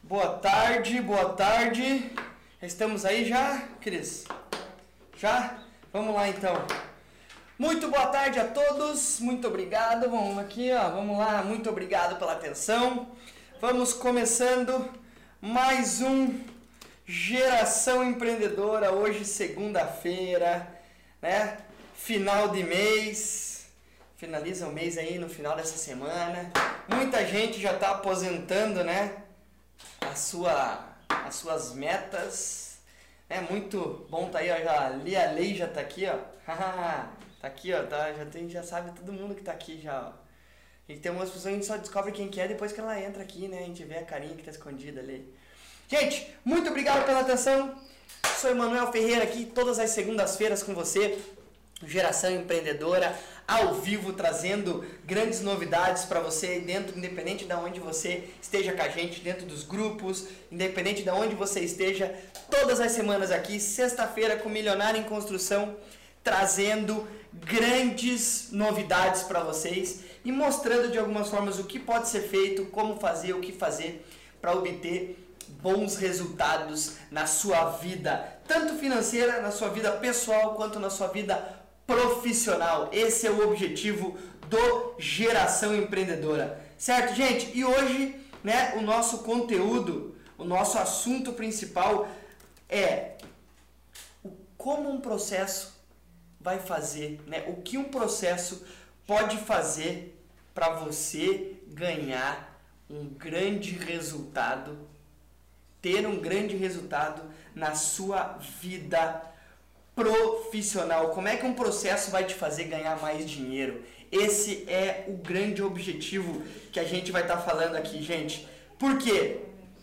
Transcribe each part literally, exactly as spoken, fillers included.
Boa tarde, boa tarde. Estamos aí já, Cris? Já? Vamos lá então. Muito boa tarde a todos, muito obrigado. Vamos aqui, ó, vamos lá, muito obrigado pela atenção. Vamos começando mais um Geração Empreendedora, hoje segunda-feira, né? Final de mês, finaliza o mês aí no final dessa semana. Muita gente já está aposentando, né? A sua, as suas metas. É muito bom, tá aí, ó, já, ali a lei já tá aqui, ó. Tá aqui, ó, tá, já, tem, já sabe todo mundo que tá aqui já, ó. E tem umas pessoas que a gente só descobre quem que é depois que ela entra aqui, né? A gente vê a carinha que tá escondida ali. Gente, muito obrigado pela atenção. Sou Emanuel Ferreira aqui todas as segundas-feiras com você. Geração Empreendedora, ao vivo, trazendo grandes novidades para você dentro, independente de onde você esteja com a gente, dentro dos grupos, independente de onde você esteja, todas as semanas aqui, sexta-feira com Milionário em Construção, trazendo grandes novidades para vocês e mostrando de algumas formas o que pode ser feito, como fazer, o que fazer para obter bons resultados na sua vida, tanto financeira, na sua vida pessoal, quanto na sua vida profissional. Esse é o objetivo do Geração Empreendedora, certo, gente? E hoje, né, o nosso conteúdo, o nosso assunto principal é o como um processo vai fazer, né? O que um processo pode fazer para você ganhar um grande resultado, ter um grande resultado na sua vida profissional. Como é que um processo vai te fazer ganhar mais dinheiro? Esse é o grande objetivo que a gente vai estar falando aqui, gente. Por quê?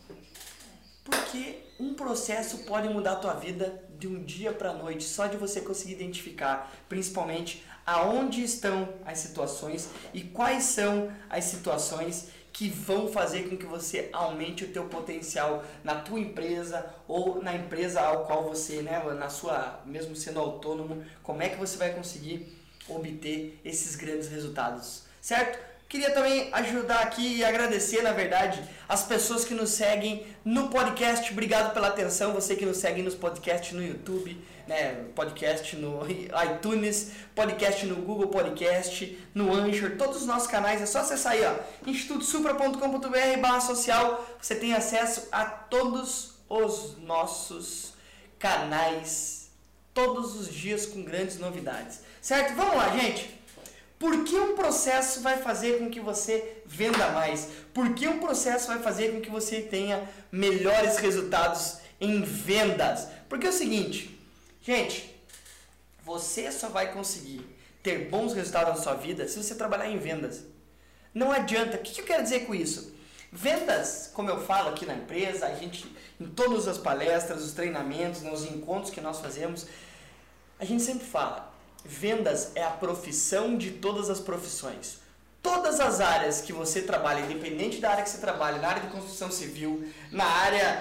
Porque um processo pode mudar a tua vida de um dia para a noite, só de você conseguir identificar, principalmente, aonde estão as situações e quais são as situações que vão fazer com que você aumente o teu potencial na tua empresa ou na empresa ao qual você, né, na sua, mesmo sendo autônomo, como é que você vai conseguir obter esses grandes resultados, certo? Queria também ajudar aqui e agradecer, na verdade, as pessoas que nos seguem no podcast. Obrigado pela atenção, você que nos segue nos podcasts no YouTube, né, podcast no iTunes, podcast no Google Podcast, no Anchor, todos os nossos canais. É só acessar aí, ó, instituto supra ponto com ponto br barra social. Você tem acesso a todos os nossos canais, todos os dias com grandes novidades, certo? Vamos lá, gente! Por que um processo vai fazer com que você venda mais? Por que um processo vai fazer com que você tenha melhores resultados em vendas? Porque é o seguinte, gente, você só vai conseguir ter bons resultados na sua vida se você trabalhar em vendas. Não adianta. O que eu quero dizer com isso? Vendas, como eu falo aqui na empresa, a gente, em todas as palestras, os treinamentos, nos encontros que nós fazemos, a gente sempre fala, vendas é a profissão de todas as profissões. Todas as áreas que você trabalha, independente da área que você trabalha, na área de construção civil, na área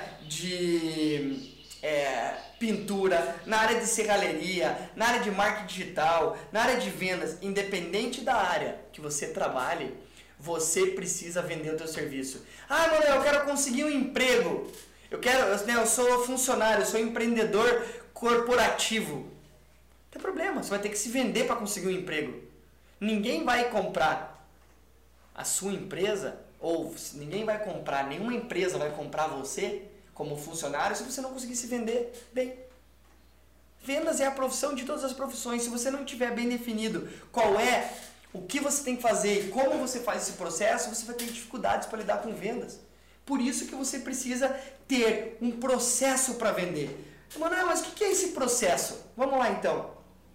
de é, pintura, na área de serralheria, na área de marketing digital, na área de vendas, independente da área que você trabalhe, você precisa vender o teu serviço. Ah, mano, eu quero conseguir um emprego. Eu quero, eu, né, eu sou funcionário, eu sou empreendedor corporativo. Não tem problema, você vai ter que se vender para conseguir um emprego. Ninguém vai comprar a sua empresa, ou ninguém vai comprar, nenhuma empresa vai comprar você como funcionário se você não conseguir se vender bem. Vendas é a profissão de todas as profissões. Se você não tiver bem definido qual é, o que você tem que fazer e como você faz esse processo, você vai ter dificuldades para lidar com vendas. Por isso que você precisa ter um processo para vender. Manoel, mas o que é esse processo? Vamos lá então.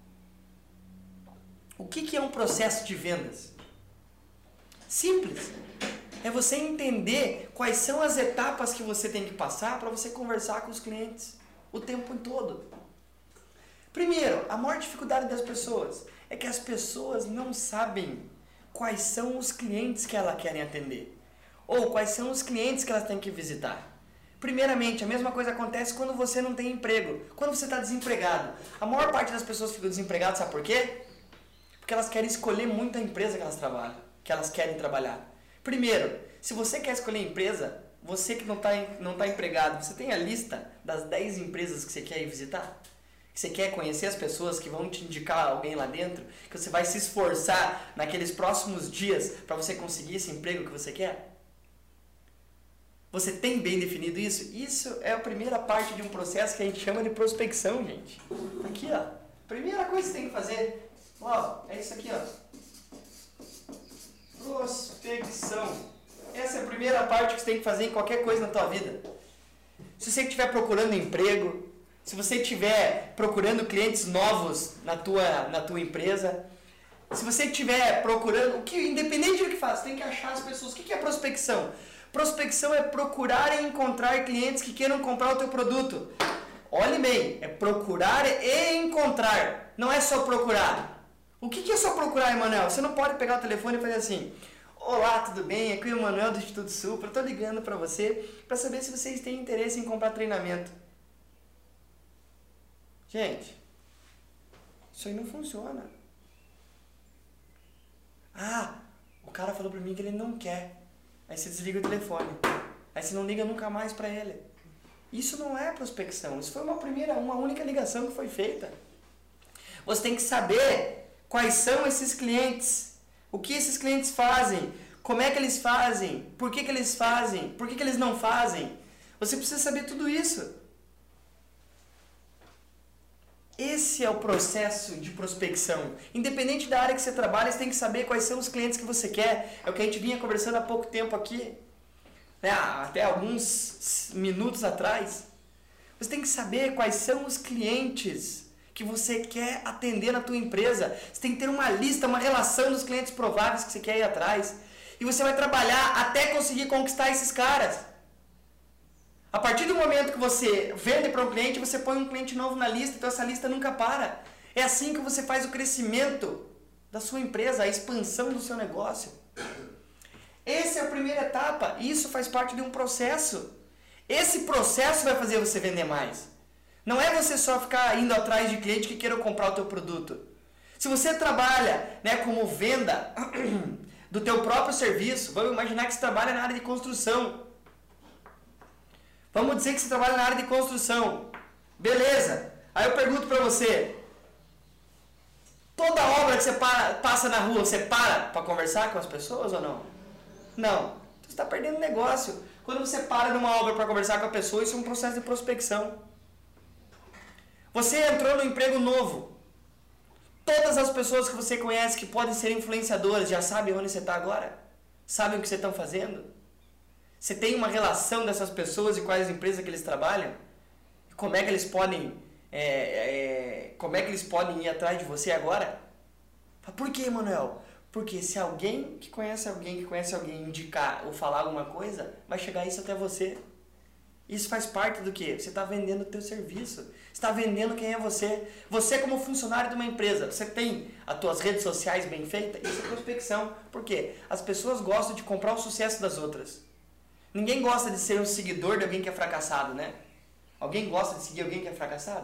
O que é um processo de vendas? Simples. É você entender quais são as etapas que você tem que passar para você conversar com os clientes o tempo todo. Primeiro, a maior dificuldade das pessoas é que as pessoas não sabem quais são os clientes que elas querem atender ou quais são os clientes que elas têm que visitar. Primeiramente, a mesma coisa acontece quando você não tem emprego, quando você está desempregado. A maior parte das pessoas ficam desempregadas, sabe por quê? Porque elas querem escolher muito a empresa que elas trabalham, que elas querem trabalhar. Primeiro, se você quer escolher a empresa, você que não está não tá empregado, você tem a lista das dez empresas que você quer ir visitar? Que você quer conhecer as pessoas que vão te indicar alguém lá dentro? Que você vai se esforçar naqueles próximos dias para você conseguir esse emprego que você quer? Você tem bem definido isso? Isso é a primeira parte de um processo que a gente chama de prospecção, gente. Aqui, ó. Primeira coisa que você tem que fazer, ó, é isso aqui, ó. Prospecção. Essa é a primeira parte que você tem que fazer em qualquer coisa na tua vida. Se você estiver procurando emprego, se você estiver procurando clientes novos na tua, na tua empresa, se você estiver procurando, o que, independente do que faz, você tem que achar as pessoas. O que é prospecção? Prospecção é procurar e encontrar clientes que queiram comprar o teu produto. Olhe bem, é procurar e encontrar, não é só procurar. O que é só procurar, Emanuel? Você não pode pegar o telefone e fazer assim: olá, tudo bem? Aqui é o Emanuel do Instituto Supra, estou ligando para você para saber se vocês têm interesse em comprar treinamento. Gente, isso aí não funciona. Ah, o cara falou para mim que ele não quer. Aí você desliga o telefone. Aí você não liga nunca mais para ele. Isso não é prospecção. Isso foi uma primeira, uma única ligação que foi feita. Você tem que saber quais são esses clientes. O que esses clientes fazem? Como é que eles fazem? Por que que eles fazem? Por que que eles não fazem? Você precisa saber tudo isso. Esse é o processo de prospecção. Independente da área que você trabalha, você tem que saber quais são os clientes que você quer. É o que a gente vinha conversando há pouco tempo aqui, né? Até alguns minutos atrás. Você tem que saber quais são os clientes que você quer atender na tua empresa. Você tem que ter uma lista, uma relação dos clientes prováveis que você quer ir atrás. E você vai trabalhar até conseguir conquistar esses caras. A partir do momento que você vende para um cliente, você põe um cliente novo na lista, então essa lista nunca para. É assim que você faz o crescimento da sua empresa, a expansão do seu negócio. Essa é a primeira etapa, e isso faz parte de um processo. Esse processo vai fazer você vender mais. Não é você só ficar indo atrás de clientes que queiram comprar o teu produto. Se você trabalha, né, como venda do teu próprio serviço, vamos imaginar que você trabalha na área de construção. Vamos dizer que você trabalha na área de construção. Beleza. Aí eu pergunto para você, toda obra que você para, passa na rua, você para para conversar com as pessoas ou não? Não. Então você está perdendo negócio. Quando você para numa obra para conversar com a pessoa, isso é um processo de prospecção. Você entrou no emprego novo. Todas as pessoas que você conhece que podem ser influenciadoras já sabem onde você está agora? Sabem o que vocês estão fazendo? Você tem uma relação dessas pessoas e quais empresas que eles trabalham? Como é que eles podem, é, é, como é que eles podem ir atrás de você agora? Por que, Emanuel? Porque se alguém que conhece alguém que conhece alguém indicar ou falar alguma coisa, vai chegar isso até você. Isso faz parte do quê? Você está vendendo o teu serviço. Você está vendendo quem é você. Você como funcionário de uma empresa, você tem as tuas redes sociais bem feitas? Isso é prospecção. Por quê? As pessoas gostam de comprar o sucesso das outras. Ninguém gosta de ser um seguidor de alguém que é fracassado, né? Alguém gosta de seguir alguém que é fracassado?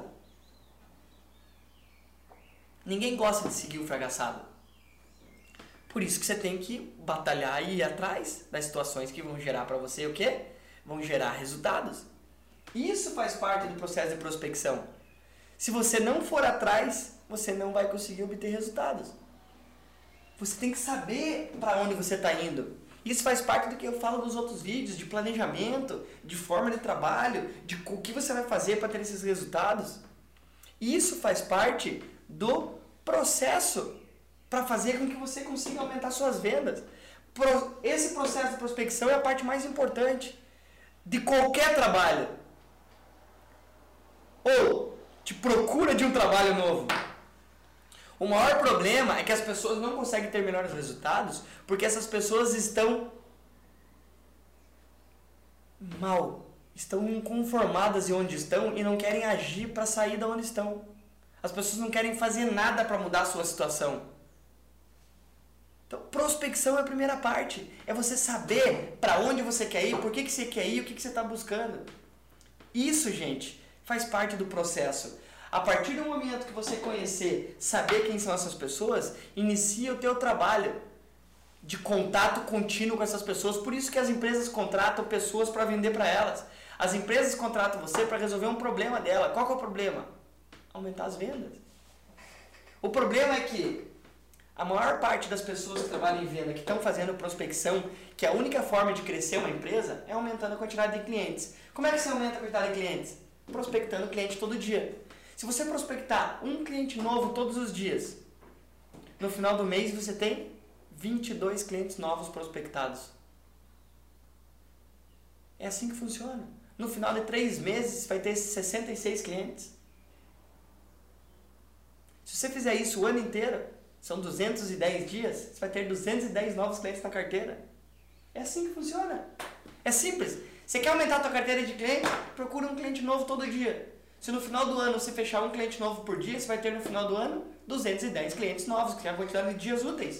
Ninguém gosta de seguir o fracassado. Por isso que você tem que batalhar e ir atrás das situações que vão gerar para você o quê? Vão gerar resultados. Isso faz parte do processo de prospecção. Se você não for atrás, você não vai conseguir obter resultados. Você tem que saber para onde você está indo. Isso faz parte do que eu falo nos outros vídeos, de planejamento, de forma de trabalho, de o que você vai fazer para ter esses resultados. Isso faz parte do processo para fazer com que você consiga aumentar suas vendas. Esse processo de prospecção é a parte mais importante de qualquer trabalho. Ou de procura de um trabalho novo. O maior problema é que as pessoas não conseguem ter melhores resultados porque essas pessoas estão mal, estão inconformadas de onde estão e não querem agir para sair de onde estão. As pessoas não querem fazer nada para mudar a sua situação. Então, prospecção é a primeira parte. É você saber para onde você quer ir, por que, que você quer ir, o que, que você está buscando. Isso, gente, faz parte do processo. A partir do momento que você conhecer, saber quem são essas pessoas, inicia o teu trabalho de contato contínuo com essas pessoas. Por isso que as empresas contratam pessoas para vender para elas. As empresas contratam você para resolver um problema dela. Qual que é o problema? Aumentar as vendas. O problema é que a maior parte das pessoas que trabalham em venda, que estão fazendo prospecção, que a única forma de crescer uma empresa é aumentando a quantidade de clientes. Como é que você aumenta a quantidade de clientes? Prospectando cliente todo dia. Se você prospectar um cliente novo todos os dias, no final do mês você tem vinte e dois clientes novos prospectados. É assim que funciona. No final de três meses você vai ter sessenta e seis clientes. Se você fizer isso o ano inteiro, são duzentos e dez dias, você vai ter duzentos e dez novos clientes na carteira. É assim que funciona. É simples. Você quer aumentar a tua carteira de clientes? Procura um cliente novo todo dia. Se no final do ano você fechar um cliente novo por dia, você vai ter no final do ano duzentos e dez clientes novos, que é a quantidade de dias úteis.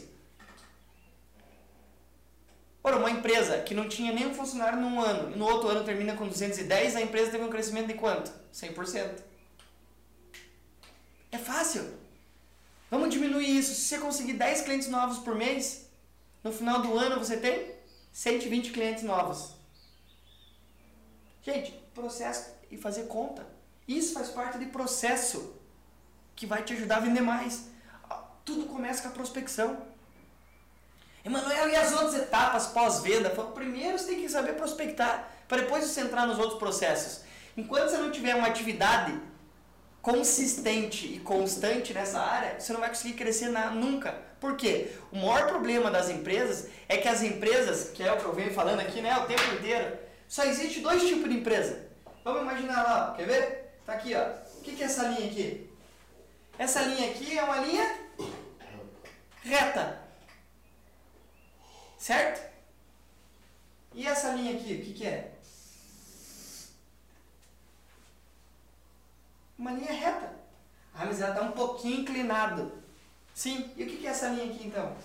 Ora, uma empresa que não tinha nenhum funcionário num ano e no outro ano termina com duzentos e dez, a empresa teve um crescimento de quanto? cem por cento. É fácil. Vamos diminuir isso. Se você conseguir dez clientes novos por mês, no final do ano você tem cento e vinte clientes novos. Gente, processo e fazer conta. Isso faz parte de processo que vai te ajudar a vender mais. Tudo começa com a prospecção. Emanuel, e as outras etapas pós-venda? Primeiro você tem que saber prospectar, para depois você entrar nos outros processos. Enquanto você não tiver uma atividade consistente e constante nessa área, você não vai conseguir crescer na, nunca. Por quê? O maior problema das empresas é que as empresas, que é o que eu venho falando aqui, né, o tempo inteiro, só existe dois tipos de empresa. Vamos imaginar lá, ó, quer ver? Tá aqui, ó. O que, que é essa linha aqui? Essa linha aqui é uma linha reta. Certo? E essa linha aqui, o que, que é? Uma linha reta. Ah, mas ela está um pouquinho inclinado. Sim. E o que, que é essa linha aqui, então?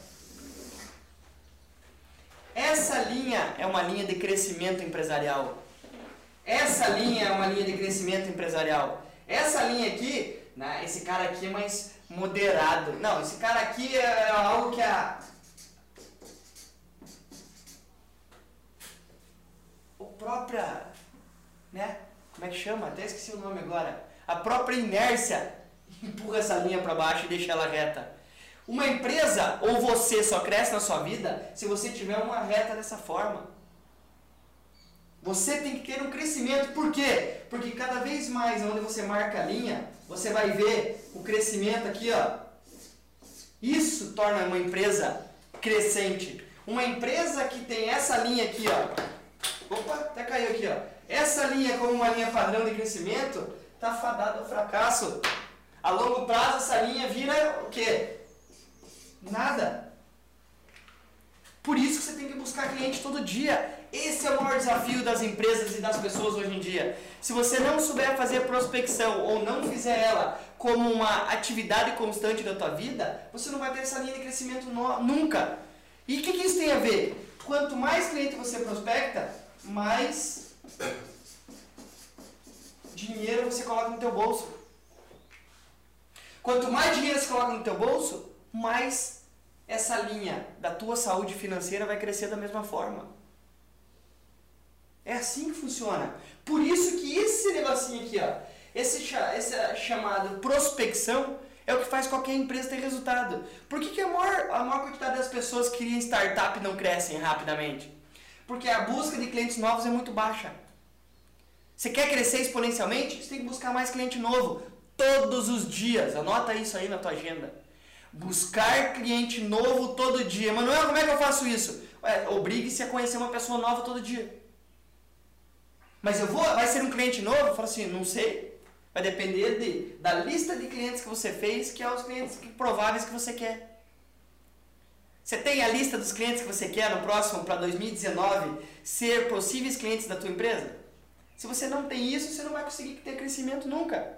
Essa linha é uma linha de crescimento empresarial. Essa linha é uma linha de crescimento empresarial. Essa linha aqui, né, esse cara aqui é mais moderado. Não, esse cara aqui é algo que a... a própria... né? Como é que chama? Até esqueci o nome agora. A própria inércia empurra essa linha para baixo e deixa ela reta. Uma empresa, ou você só cresce na sua vida se você tiver uma reta dessa forma. Você tem que ter um crescimento. Por quê? Porque cada vez mais onde você marca a linha, você vai ver o crescimento aqui, ó. Isso torna uma empresa crescente. Uma empresa que tem essa linha aqui, ó. Opa, até caiu aqui, ó. Essa linha como uma linha padrão de crescimento está fadada ao fracasso. A longo prazo essa linha vira o quê? Nada. Por isso que você tem que buscar cliente todo dia. Esse é o maior desafio das empresas e das pessoas hoje em dia. Se você não souber fazer prospecção ou não fizer ela como uma atividade constante da tua vida, você não vai ter essa linha de crescimento no, nunca. E o que, que isso tem a ver? Quanto mais cliente você prospecta, mais dinheiro você coloca no teu bolso. Quanto mais dinheiro você coloca no teu bolso, mais essa linha da tua saúde financeira vai crescer da mesma forma. É assim que funciona. Por isso que esse negocinho aqui, ó, esse, esse chamado prospecção é o que faz qualquer empresa ter resultado. Por que, que a, maior, a maior quantidade das pessoas que criam startup não crescem rapidamente? Porque a busca de clientes novos é muito baixa. Você quer crescer exponencialmente? Você tem que buscar mais cliente novo. Todos os dias. Anota isso aí na tua agenda. Buscar cliente novo todo dia. Manuel, como é que eu faço isso? Ué, obrigue-se a conhecer uma pessoa nova todo dia. Mas eu vou, vai ser um cliente novo? Eu falo assim, não sei. Vai depender de, da lista de clientes que você fez, que é os clientes prováveis que você quer. Você tem a lista dos clientes que você quer no próximo, para dois mil e dezenove, ser possíveis clientes da tua empresa? Se você não tem isso, você não vai conseguir ter crescimento nunca.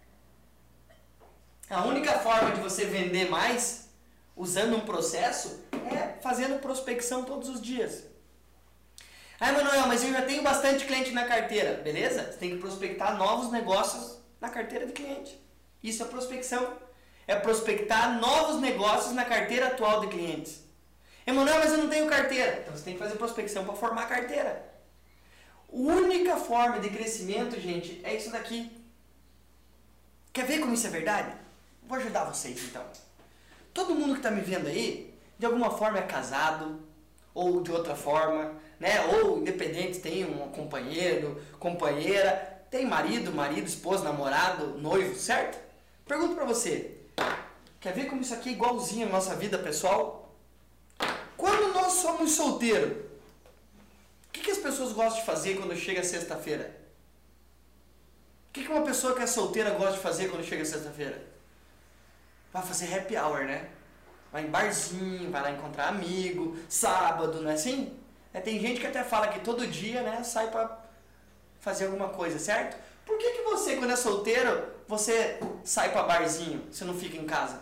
A única forma de você vender mais, usando um processo, é fazendo prospecção todos os dias. Ah, Manuel, mas eu já tenho bastante cliente na carteira. Beleza? Você tem que prospectar novos negócios na carteira de cliente. Isso é prospecção. É prospectar novos negócios na carteira atual de clientes. Emanuel, mas eu não tenho carteira. Então você tem que fazer prospecção para formar carteira. A única forma de crescimento, gente, é isso daqui. Quer ver como isso é verdade? Vou ajudar vocês então. Todo mundo que está me vendo aí, de alguma forma é casado, ou de outra forma, né? Ou independente, tem um companheiro, companheira, tem marido, marido, esposo, namorado, noivo, certo? Pergunto pra você, quer ver como isso aqui é igualzinho à nossa vida pessoal? Quando nós somos solteiros, o que, que as pessoas gostam de fazer quando chega sexta-feira? O que, que uma pessoa que é solteira gosta de fazer quando chega sexta-feira? Vai fazer happy hour, né? Vai em barzinho, vai lá encontrar amigo, sábado, não é assim? É, tem gente que até fala que todo dia, né, sai pra fazer alguma coisa, certo? Por que que você, quando é solteiro, você sai pra barzinho, você não fica em casa?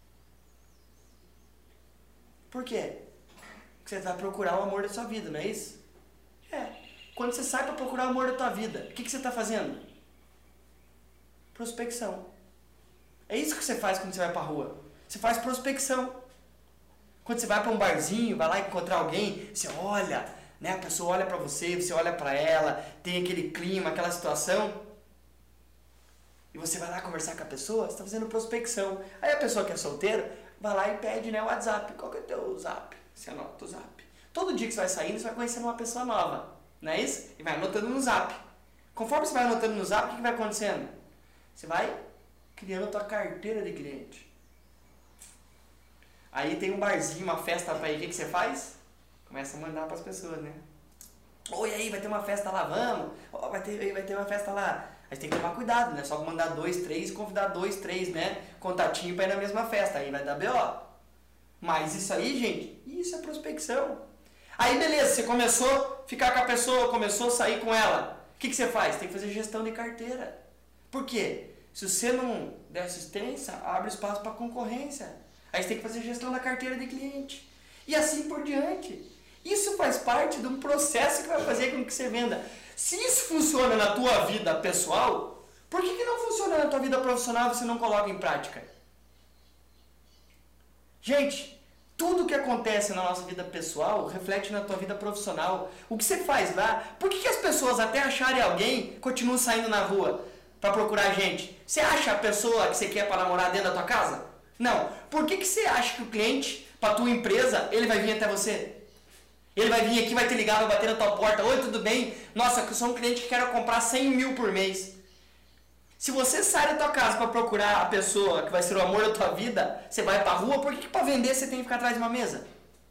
Por quê? Porque você vai procurar o amor da sua vida, não é isso? É. Quando você sai pra procurar o amor da tua vida, o que que você tá fazendo? Prospecção. É isso que você faz quando você vai pra rua. Você faz prospecção. Quando você vai para um barzinho, vai lá encontrar alguém, você olha, né? A pessoa olha para você, você olha para ela, tem aquele clima, aquela situação. E você vai lá conversar com a pessoa, você está fazendo prospecção. Aí a pessoa que é solteira, vai lá e pede, né, o WhatsApp. Qual que é o teu zap? Você anota o zap. Todo dia que você vai saindo, você vai conhecendo uma pessoa nova. Não é isso? E vai anotando no zap. Conforme você vai anotando no zap, o que, que vai acontecendo? Você vai criando a tua carteira de cliente. Aí tem um barzinho, uma festa pra ir, o que, que você faz? Começa a mandar pras pessoas, né? Oi, aí, vai ter uma festa lá, vamos? Oh, vai, ter, vai ter uma festa lá. Aí você tem que tomar cuidado, né? Só mandar dois, três e convidar dois, três, né? Contatinho pra ir na mesma festa, aí vai dar B O. Mas isso aí, gente, isso é prospecção. Aí beleza, você começou a ficar com a pessoa, começou a sair com ela. O que, que você faz? Tem que fazer gestão de carteira. Por quê? Se você não der assistência, abre espaço para concorrência. Aí você tem que fazer gestão da carteira de cliente. E assim por diante. Isso faz parte de um processo que vai fazer com que você venda. Se isso funciona na tua vida pessoal, por que, que não funciona na tua vida profissional e você não coloca em prática? Gente, tudo que acontece na nossa vida pessoal reflete na tua vida profissional. O que você faz lá? Por que, que as pessoas, até acharem alguém, continuam saindo na rua para procurar gente? Você acha a pessoa que você quer para namorar dentro da tua casa? Não. Por que, que você acha que o cliente, para a tua empresa, ele vai vir até você? Ele vai vir aqui, vai te ligar, vai bater na tua porta. Oi, tudo bem? Nossa, eu sou um cliente que quero comprar cem mil por mês. Se você sai da tua casa para procurar a pessoa que vai ser o amor da tua vida, você vai para a rua, por que, que para vender você tem que ficar atrás de uma mesa?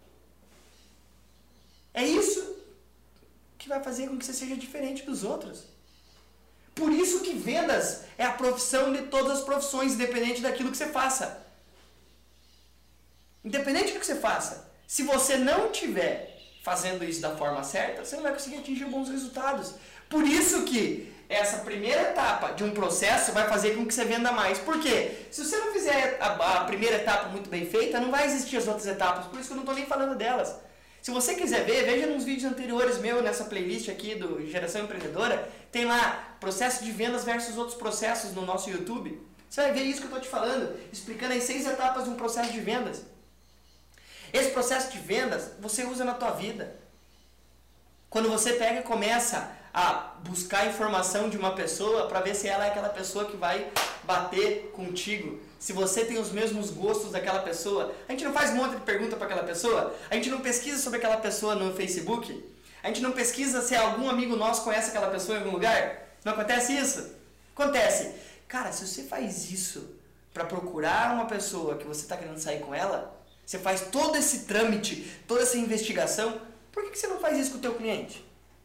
É isso que vai fazer com que você seja diferente dos outros. Por isso que vendas é a profissão de todas as profissões, independente daquilo que você faça. Independente do que você faça. Se você não tiver fazendo isso da forma certa, você não vai conseguir atingir bons resultados. Por isso que essa primeira etapa de um processo vai fazer com que você venda mais. Por quê? Se você não fizer a, a primeira etapa muito bem feita, não vai existir as outras etapas. Por isso que eu não estou nem falando delas. Se você quiser ver, veja nos vídeos anteriores meus, nessa playlist aqui do Geração Empreendedora. Tem lá processo de vendas versus outros processos no nosso YouTube. Você vai ver isso que eu estou te falando, explicando as seis etapas de um processo de vendas. Esse processo de vendas você usa na tua vida. Quando você pega e começa a buscar informação de uma pessoa para ver se ela é aquela pessoa que vai bater contigo, se você tem os mesmos gostos daquela pessoa. A gente não faz um monte de pergunta para aquela pessoa, a gente não pesquisa sobre aquela pessoa no Facebook, a gente não pesquisa se algum amigo nosso conhece aquela pessoa em algum lugar. Não acontece isso? Acontece. Cara, se você faz isso para procurar uma pessoa que você está querendo sair com ela, você faz todo esse trâmite, toda essa investigação, por que você não faz isso com o teu cliente?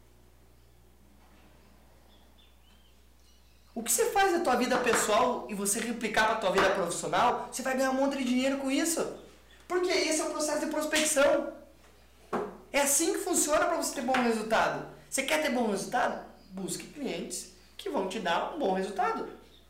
O que você faz na tua vida pessoal e você replicar para a tua vida profissional, você vai ganhar um monte de dinheiro com isso. Porque esse é o processo de prospecção. É assim que funciona para você ter bom resultado. Você quer ter bom resultado? Busque clientes que vão te dar um bom resultado.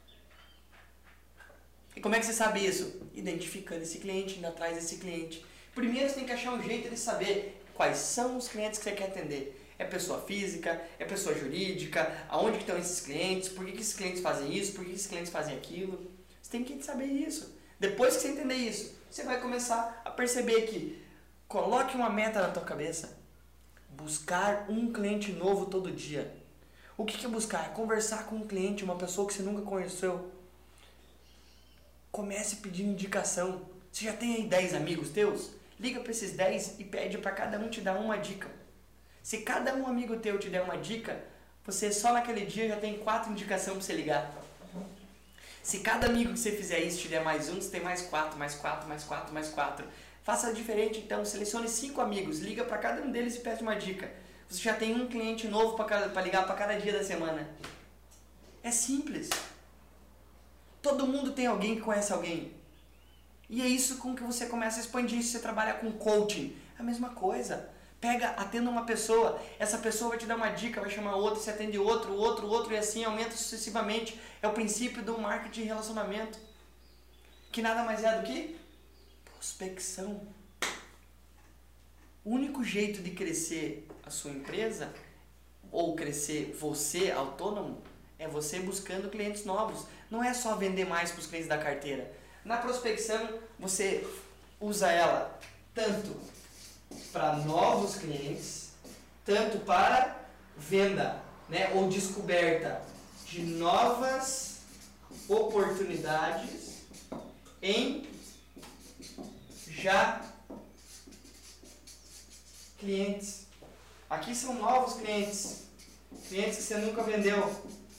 E como é que você sabe isso? Identificando esse cliente, indo atrás desse cliente. Primeiro você tem que achar um jeito de saber quais são os clientes que você quer atender. É pessoa física, é pessoa jurídica, aonde que estão esses clientes, por que, que esses clientes fazem isso, por que, que esses clientes fazem aquilo. Você tem que saber isso. Depois que você entender isso, você vai começar a perceber que Coloque uma meta na tua cabeça. Buscar um cliente novo todo dia. O que é buscar? É conversar com um cliente, uma pessoa que você nunca conheceu. Comece pedindo indicação. Você já tem aí dez amigos teus? Liga para esses dez e pede para cada um te dar uma dica. Se cada um amigo teu te der uma dica, você só naquele dia já tem quatro indicações para você ligar. Se cada amigo que você fizer isso te der mais um, você tem mais quatro, mais quatro, mais quatro, mais quatro. Faça diferente então, selecione cinco amigos, liga para cada um deles e pede uma dica. Você já tem um cliente novo para ligar para cada dia da semana. É simples. Todo mundo tem alguém que conhece alguém. E é isso com que você começa a expandir. Se você trabalha com coaching, é a mesma coisa. Pega, atenda uma pessoa, essa pessoa vai te dar uma dica, vai chamar outro, você atende outro, outro, outro e assim aumenta sucessivamente. É o princípio do marketing de relacionamento. Que nada mais é do que prospecção. O único jeito de crescer a sua empresa, ou crescer você autônomo, é você buscando clientes novos. Não é só vender mais para os clientes da carteira. Na prospecção, você usa ela tanto para novos clientes, tanto para venda, né, ou descoberta de novas oportunidades em já clientes. Aqui são novos clientes, clientes que você nunca vendeu.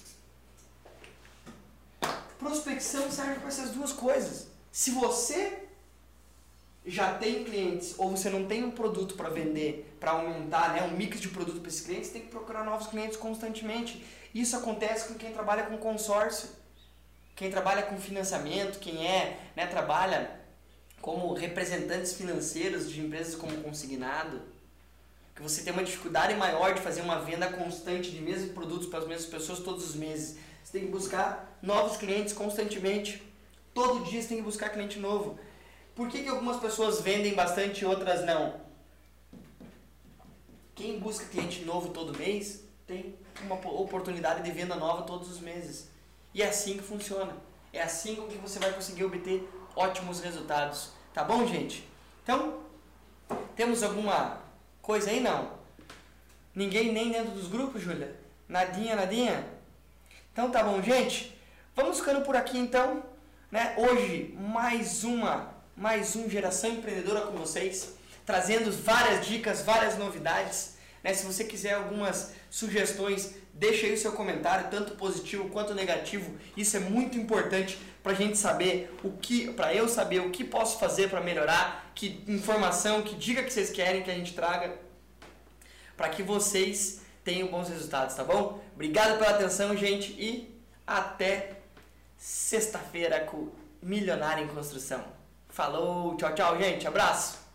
Prospecção serve para essas duas coisas. Se você já tem clientes ou você não tem um produto para vender, para aumentar, né, um mix de produto para esses clientes, tem que procurar novos clientes constantemente. Isso acontece com quem trabalha com consórcio, quem trabalha com financiamento, quem é, né, trabalha como representantes financeiros de empresas como consignado, que você tem uma dificuldade maior de fazer uma venda constante de mesmos produtos para as mesmas pessoas todos os meses. Você tem que buscar novos clientes constantemente. Todo dia você tem que buscar cliente novo. Por que que algumas pessoas vendem bastante e outras não? Quem busca cliente novo todo mês tem uma oportunidade de venda nova todos os meses. E é assim que funciona. É assim com que você vai conseguir obter ótimos resultados. Tá bom, gente? Então, temos alguma coisa aí? Não? Ninguém nem dentro dos grupos, Júlia? Nadinha, nadinha? Então tá bom, gente. Vamos ficando por aqui então, né? Hoje mais uma, mais um Geração Empreendedora com vocês, trazendo várias dicas, várias novidades, né? Se você quiser algumas sugestões, deixa aí o seu comentário, tanto positivo quanto negativo. Isso é muito importante para a gente saber o que, para eu saber o que posso fazer para melhorar, que informação, que dica que vocês querem que a gente traga, para que vocês tenham bons resultados, tá bom? Obrigado pela atenção, gente, e até sexta-feira com Milionário em Construção. Falou, tchau, tchau, gente, abraço!